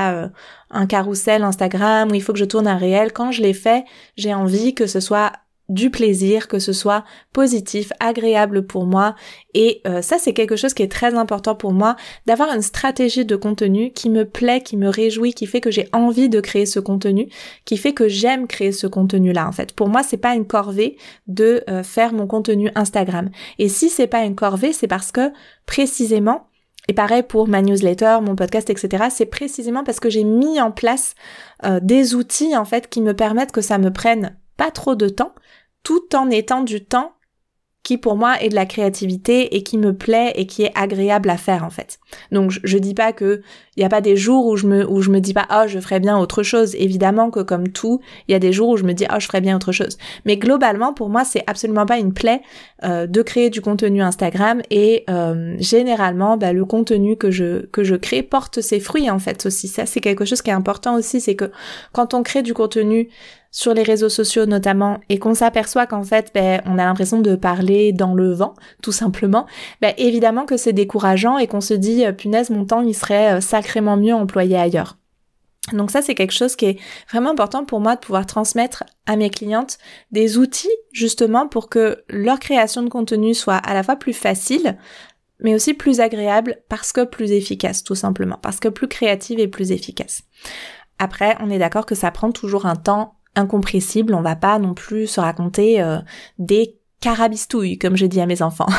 un carrousel Instagram ou il faut que je tourne un réel. Quand je l'ai fait, j'ai envie que ce soit du plaisir, que ce soit positif, agréable pour moi. Et ça, c'est quelque chose qui est très important pour moi, d'avoir une stratégie de contenu qui me plaît, qui me réjouit, qui fait que j'ai envie de créer ce contenu, qui fait que j'aime créer ce contenu-là, en fait. Pour moi, c'est pas une corvée de faire mon contenu Instagram. Et si c'est pas une corvée, c'est parce que, précisément, et pareil pour ma newsletter, mon podcast, etc., c'est précisément parce que j'ai mis en place des outils, en fait, qui me permettent que ça me prenne pas trop de temps, tout en étant du temps qui pour moi est de la créativité et qui me plaît et qui est agréable à faire en fait. Donc je dis pas que il y a pas des jours où je me dis pas je ferais bien autre chose. Évidemment que comme tout, il y a des jours où je me dis je ferais bien autre chose. Mais globalement pour moi c'est absolument pas une plaie de créer du contenu Instagram et généralement le contenu que je crée porte ses fruits en fait aussi. Ça c'est quelque chose qui est important aussi, c'est que quand on crée du contenu sur les réseaux sociaux notamment, et qu'on s'aperçoit qu'en fait, on a l'impression de parler dans le vent, tout simplement, évidemment que c'est décourageant et qu'on se dit, punaise, mon temps, il serait sacrément mieux employé ailleurs. Donc ça, c'est quelque chose qui est vraiment important pour moi de pouvoir transmettre à mes clientes des outils, justement, pour que leur création de contenu soit à la fois plus facile, mais aussi plus agréable parce que plus efficace, tout simplement, parce que plus créative et plus efficace. Après, on est d'accord que ça prend toujours un temps incompressible, on va pas non plus se raconter des carabistouilles, comme je dis à mes enfants.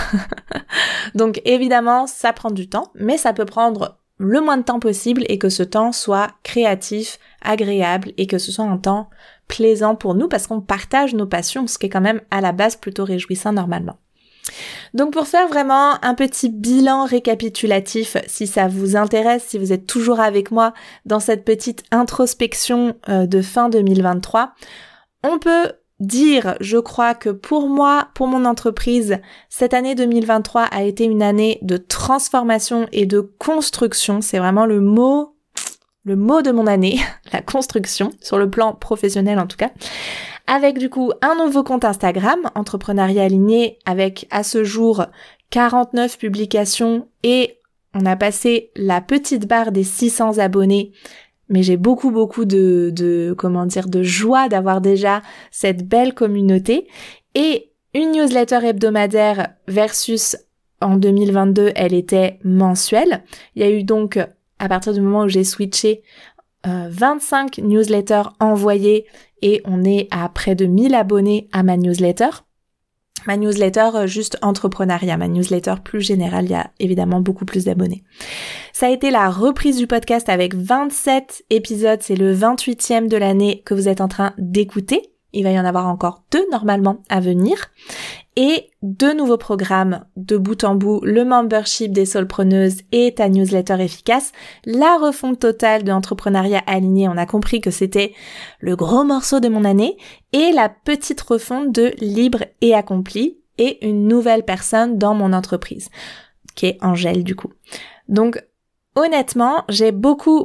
Donc évidemment, ça prend du temps, mais ça peut prendre le moins de temps possible et que ce temps soit créatif, agréable et que ce soit un temps plaisant pour nous parce qu'on partage nos passions, ce qui est quand même à la base plutôt réjouissant normalement. Donc pour faire vraiment un petit bilan récapitulatif, si ça vous intéresse, si vous êtes toujours avec moi dans cette petite introspection de fin 2023, on peut dire, je crois que pour moi, pour mon entreprise, cette année 2023 a été une année de transformation et de construction. C'est vraiment le mot de mon année, la construction, sur le plan professionnel en tout cas. Avec du coup un nouveau compte Instagram, Entrepreneuriat Aligné, avec à ce jour 49 publications et on a passé la petite barre des 600 abonnés. Mais j'ai beaucoup de joie d'avoir déjà cette belle communauté et une newsletter hebdomadaire versus en 2022, elle était mensuelle. Il y a eu donc, à partir du moment où j'ai switché, 25 newsletters envoyées et on est à près de 1000 abonnés à ma newsletter. Ma newsletter juste entrepreneuriat, ma newsletter plus générale, il y a évidemment beaucoup plus d'abonnés. Ça a été la reprise du podcast avec 27 épisodes, c'est le 28e de l'année que vous êtes en train d'écouter. Il va y en avoir encore 2 normalement à venir. Et 2 nouveaux programmes de bout en bout, le membership des solopreneuses et ta newsletter efficace, la refonte totale de Entrepreneuriat Aligné, on a compris que c'était le gros morceau de mon année, et la petite refonte de Libre et Accompli, et une nouvelle personne dans mon entreprise, qui est Angèle du coup. Donc, honnêtement, j'ai beaucoup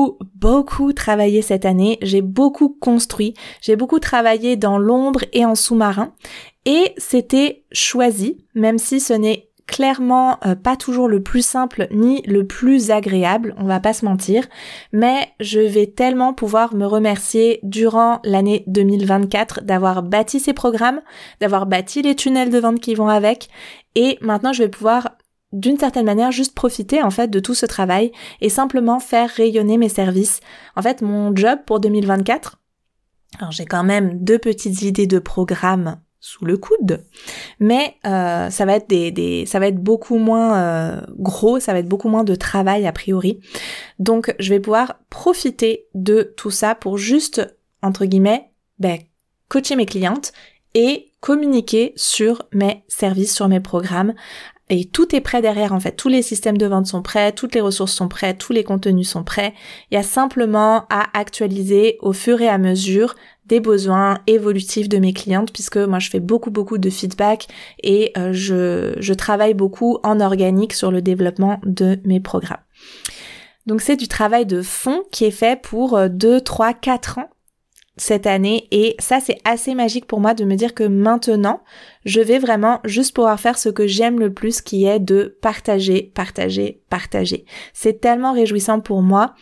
travaillé cette année, j'ai beaucoup construit, j'ai beaucoup travaillé dans l'ombre et en sous-marin, et c'était choisi, même si ce n'est clairement pas toujours le plus simple ni le plus agréable, on va pas se mentir, mais je vais tellement pouvoir me remercier durant l'année 2024 d'avoir bâti ces programmes, d'avoir bâti les tunnels de vente qui vont avec, et maintenant je vais pouvoir d'une certaine manière juste profiter en fait de tout ce travail et simplement faire rayonner mes services. En fait, mon job pour 2024, alors j'ai quand même 2 petites idées de programmes sous le coude, mais ça va être beaucoup moins gros, ça va être beaucoup moins de travail a priori. Donc je vais pouvoir profiter de tout ça pour juste entre guillemets coacher mes clientes et communiquer sur mes services, sur mes programmes. Et tout est prêt derrière en fait, tous les systèmes de vente sont prêts, toutes les ressources sont prêtes, tous les contenus sont prêts. Il y a simplement à actualiser au fur et à mesure des besoins évolutifs de mes clientes puisque moi je fais beaucoup de feedback et je travaille beaucoup en organique sur le développement de mes programmes. Donc c'est du travail de fond qui est fait pour 2, 3, 4 ans cette année et ça c'est assez magique pour moi de me dire que maintenant je vais vraiment juste pouvoir faire ce que j'aime le plus qui est de partager. C'est tellement réjouissant pour moi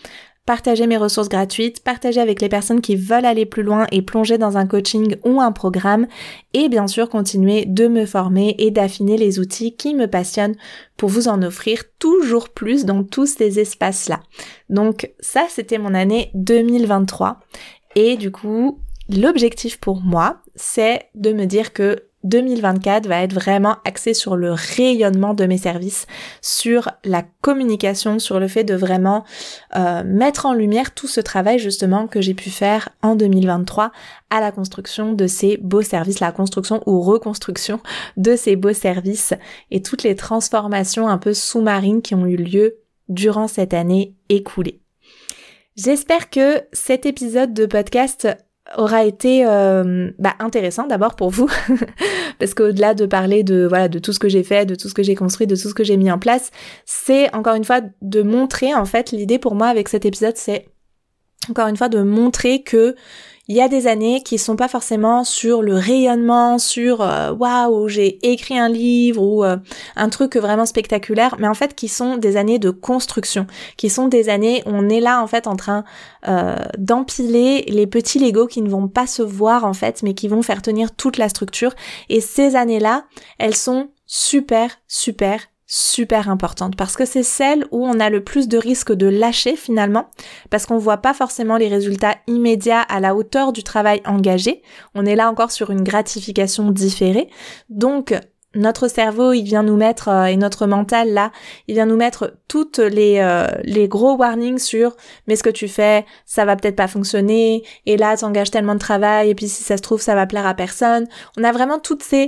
partager mes ressources gratuites, partager avec les personnes qui veulent aller plus loin et plonger dans un coaching ou un programme, et bien sûr continuer de me former et d'affiner les outils qui me passionnent pour vous en offrir toujours plus dans tous ces espaces-là. Donc ça, c'était mon année 2023. Et du coup, l'objectif pour moi, c'est de me dire que 2024 va être vraiment axé sur le rayonnement de mes services, sur la communication, sur le fait de vraiment mettre en lumière tout ce travail justement que j'ai pu faire en 2023 à la construction de ces beaux services, la construction ou reconstruction de ces beaux services et toutes les transformations un peu sous-marines qui ont eu lieu durant cette année écoulée. J'espère que cet épisode de podcast aura été intéressant d'abord pour vous parce qu'au-delà de parler de tout ce que j'ai fait, de tout ce que j'ai construit, de tout ce que j'ai mis en place, c'est encore une fois de montrer, en fait, l'idée pour moi avec cet épisode, c'est encore une fois de montrer que il y a des années qui sont pas forcément sur le rayonnement, sur waouh, j'ai écrit un livre ou un truc vraiment spectaculaire, mais en fait qui sont des années de construction, qui sont des années où on est là en fait en train d'empiler les petits Legos qui ne vont pas se voir en fait, mais qui vont faire tenir toute la structure. Et ces années-là, elles sont super importante parce que c'est celle où on a le plus de risque de lâcher finalement parce qu'on voit pas forcément les résultats immédiats à la hauteur du travail engagé. On est là encore sur une gratification différée. Donc notre cerveau, il vient nous mettre et notre mental là, il vient nous mettre toutes les gros warnings sur mais ce que tu fais, ça va peut-être pas fonctionner et là tu engages tellement de travail et puis si ça se trouve ça va plaire à personne. On a vraiment toutes ces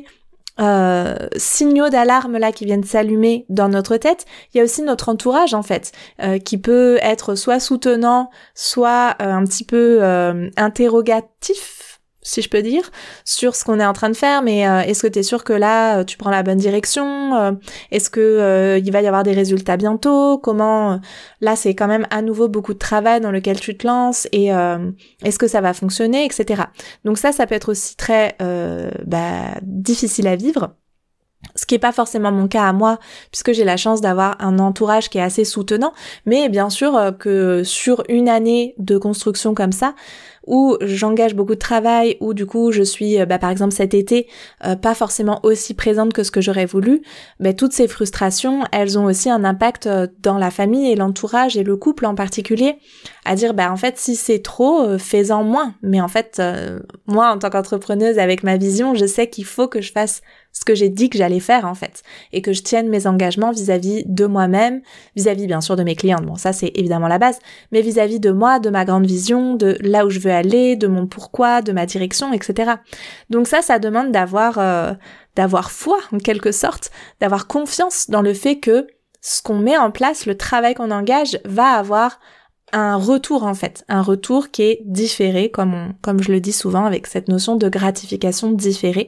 signaux d'alarme là qui viennent s'allumer dans notre tête. Il y a aussi notre entourage en fait qui peut être soit soutenant, soit un petit peu interrogatif, si je peux dire, sur ce qu'on est en train de faire, mais est-ce que t'es sûr que là tu prends la bonne direction, est-ce que il va y avoir des résultats bientôt, comment là c'est quand même à nouveau beaucoup de travail dans lequel tu te lances et est-ce que ça va fonctionner, etc. Donc ça peut être aussi très difficile à vivre. Ce qui est pas forcément mon cas à moi, puisque j'ai la chance d'avoir un entourage qui est assez soutenant, mais bien sûr que sur une année de construction comme ça, où j'engage beaucoup de travail, où du coup je suis, par exemple cet été, pas forcément aussi présente que ce que j'aurais voulu, toutes ces frustrations, elles ont aussi un impact dans la famille et l'entourage et le couple en particulier, à dire en fait si c'est trop, fais-en moins. Mais en fait, moi en tant qu'entrepreneuse avec ma vision, je sais qu'il faut que je fasse ce que j'ai dit que j'allais faire en fait, et que je tienne mes engagements vis-à-vis de moi-même, vis-à-vis bien sûr de mes clientes, bon ça c'est évidemment la base, mais vis-à-vis de moi, de ma grande vision, de là où je veux aller, de mon pourquoi, de ma direction, etc. Donc ça demande d'avoir foi en quelque sorte, d'avoir confiance dans le fait que ce qu'on met en place, le travail qu'on engage va avoir un retour en fait, un retour qui est différé, comme je le dis souvent avec cette notion de gratification différée.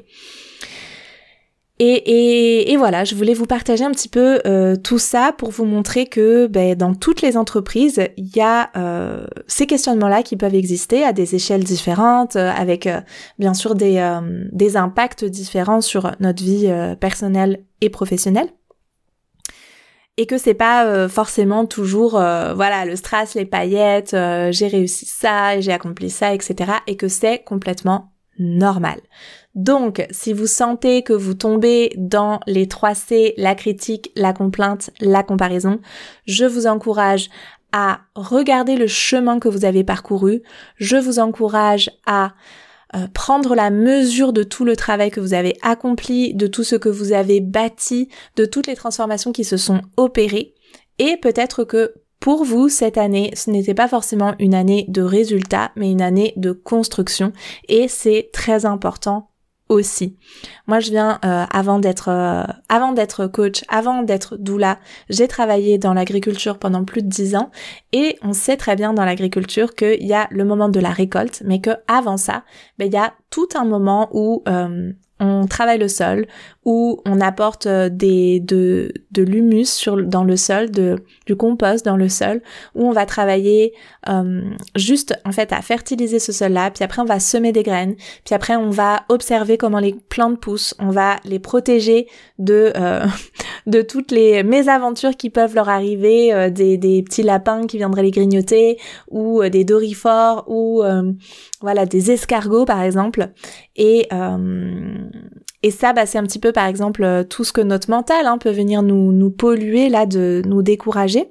Et voilà, je voulais vous partager un petit peu tout ça pour vous montrer que dans toutes les entreprises, il y a ces questionnements-là qui peuvent exister à des échelles différentes, avec bien sûr des impacts différents sur notre vie personnelle et professionnelle. Et que c'est pas forcément toujours le strass, les paillettes, j'ai réussi ça, j'ai accompli ça, etc. Et que c'est complètement normal. Donc, si vous sentez que vous tombez dans les 3C, la critique, la complainte, la comparaison, je vous encourage à regarder le chemin que vous avez parcouru. Je vous encourage à prendre la mesure de tout le travail que vous avez accompli, de tout ce que vous avez bâti, de toutes les transformations qui se sont opérées. Et peut-être que pour vous, cette année, ce n'était pas forcément une année de résultats, mais une année de construction. Et c'est très important aussi. Moi, je viens avant d'être coach, avant d'être doula, j'ai travaillé dans l'agriculture pendant plus de 10 ans et on sait très bien dans l'agriculture qu'il y a le moment de la récolte, mais que avant ça, il y a tout un moment où on travaille le sol, où on apporte de l'humus dans le sol, du compost dans le sol, où on va travailler juste en fait à fertiliser ce sol-là, puis après on va semer des graines, puis après on va observer comment les plantes poussent, on va les protéger de toutes les mésaventures qui peuvent leur arriver, des petits lapins qui viendraient les grignoter, ou des dorifores, ou voilà, des escargots par exemple. Et ça, c'est un petit peu, par exemple, tout ce que notre mental peut venir nous polluer, là, de nous décourager.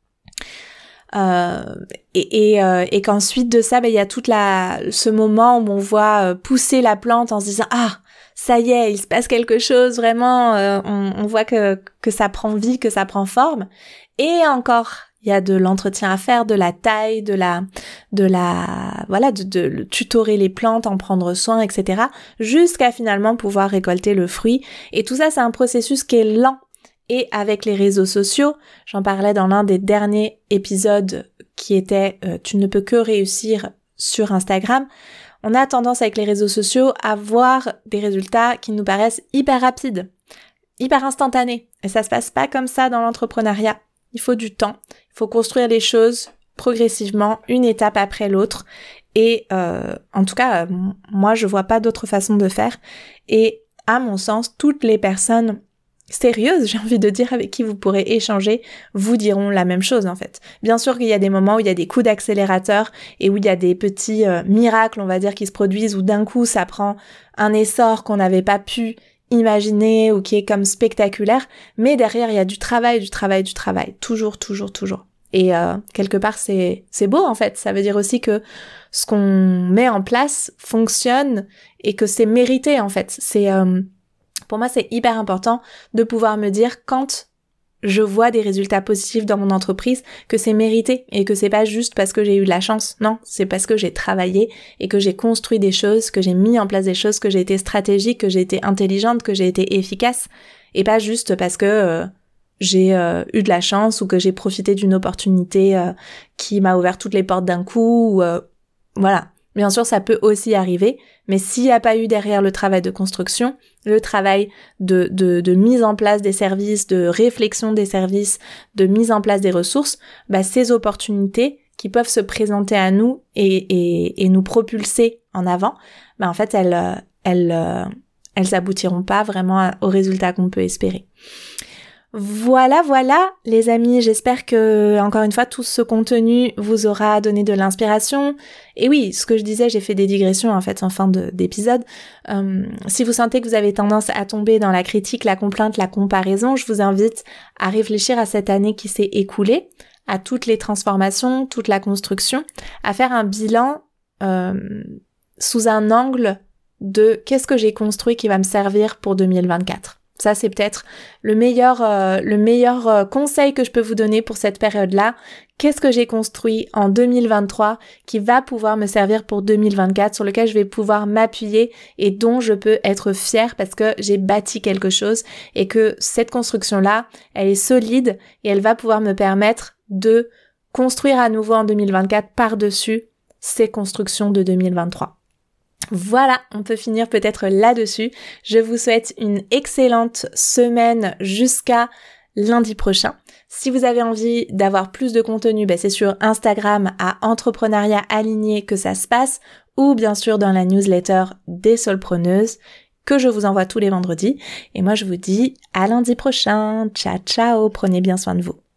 Et qu'ensuite de ça, il y a ce moment où on voit pousser la plante en se disant « Ah, ça y est, il se passe quelque chose, vraiment, on voit que ça prend vie, que ça prend forme. » Et encore, il y a de l'entretien à faire, de la taille, de tutorer les plantes, en prendre soin, etc. jusqu'à finalement pouvoir récolter le fruit. Et tout ça, c'est un processus qui est lent. Et avec les réseaux sociaux, j'en parlais dans l'un des derniers épisodes qui était « Tu ne peux que réussir sur Instagram », on a tendance avec les réseaux sociaux à voir des résultats qui nous paraissent hyper rapides, hyper instantanés. Et ça se passe pas comme ça dans l'entrepreneuriat. Il faut du temps, il faut construire les choses progressivement, une étape après l'autre. Et en tout cas, moi je vois pas d'autre façon de faire. Et à mon sens, toutes les personnes sérieuses, j'ai envie de dire, avec qui vous pourrez échanger, vous diront la même chose en fait. Bien sûr qu'il y a des moments où il y a des coups d'accélérateur et où il y a des petits miracles, on va dire, qui se produisent, où d'un coup ça prend un essor qu'on n'avait pas pu imaginer ou qui est comme spectaculaire, mais derrière il y a du travail, toujours. Et quelque part c'est beau en fait, ça veut dire aussi que ce qu'on met en place fonctionne et que c'est mérité en fait. Pour moi, c'est hyper important de pouvoir me dire quand je vois des résultats positifs dans mon entreprise que c'est mérité et que c'est pas juste parce que j'ai eu de la chance. Non, c'est parce que j'ai travaillé et que j'ai construit des choses, que j'ai mis en place des choses, que j'ai été stratégique, que j'ai été intelligente, que j'ai été efficace et pas juste parce que j'ai eu de la chance ou que j'ai profité d'une opportunité qui m'a ouvert toutes les portes d'un coup. Voilà. Bien sûr, ça peut aussi arriver, mais s'il n'y a pas eu derrière le travail de construction, le travail de mise en place des services, de réflexion des services, de mise en place des ressources, ces opportunités qui peuvent se présenter à nous et nous propulser en avant, en fait, elles aboutiront pas vraiment au résultat qu'on peut espérer. Voilà les amis, j'espère que encore une fois tout ce contenu vous aura donné de l'inspiration. Et oui, ce que je disais, j'ai fait des digressions en fait en fin d'épisode. Si vous sentez que vous avez tendance à tomber dans la critique, la complainte, la comparaison, je vous invite à réfléchir à cette année qui s'est écoulée, à toutes les transformations, toute la construction, à faire un bilan sous un angle de qu'est-ce que j'ai construit qui va me servir pour 2024. Ça, c'est peut-être le meilleur conseil que je peux vous donner pour cette période-là. Qu'est-ce que j'ai construit en 2023 qui va pouvoir me servir pour 2024, sur lequel je vais pouvoir m'appuyer et dont je peux être fière parce que j'ai bâti quelque chose et que cette construction-là, elle est solide et elle va pouvoir me permettre de construire à nouveau en 2024 par-dessus ces constructions de 2023. Voilà, on peut finir peut-être là-dessus. Je vous souhaite une excellente semaine jusqu'à lundi prochain. Si vous avez envie d'avoir plus de contenu, c'est sur Instagram à Entrepreneuriat Aligné que ça se passe, ou bien sûr dans la newsletter des Solopreneuses que je vous envoie tous les vendredis. Et moi je vous dis à lundi prochain. Ciao, prenez bien soin de vous.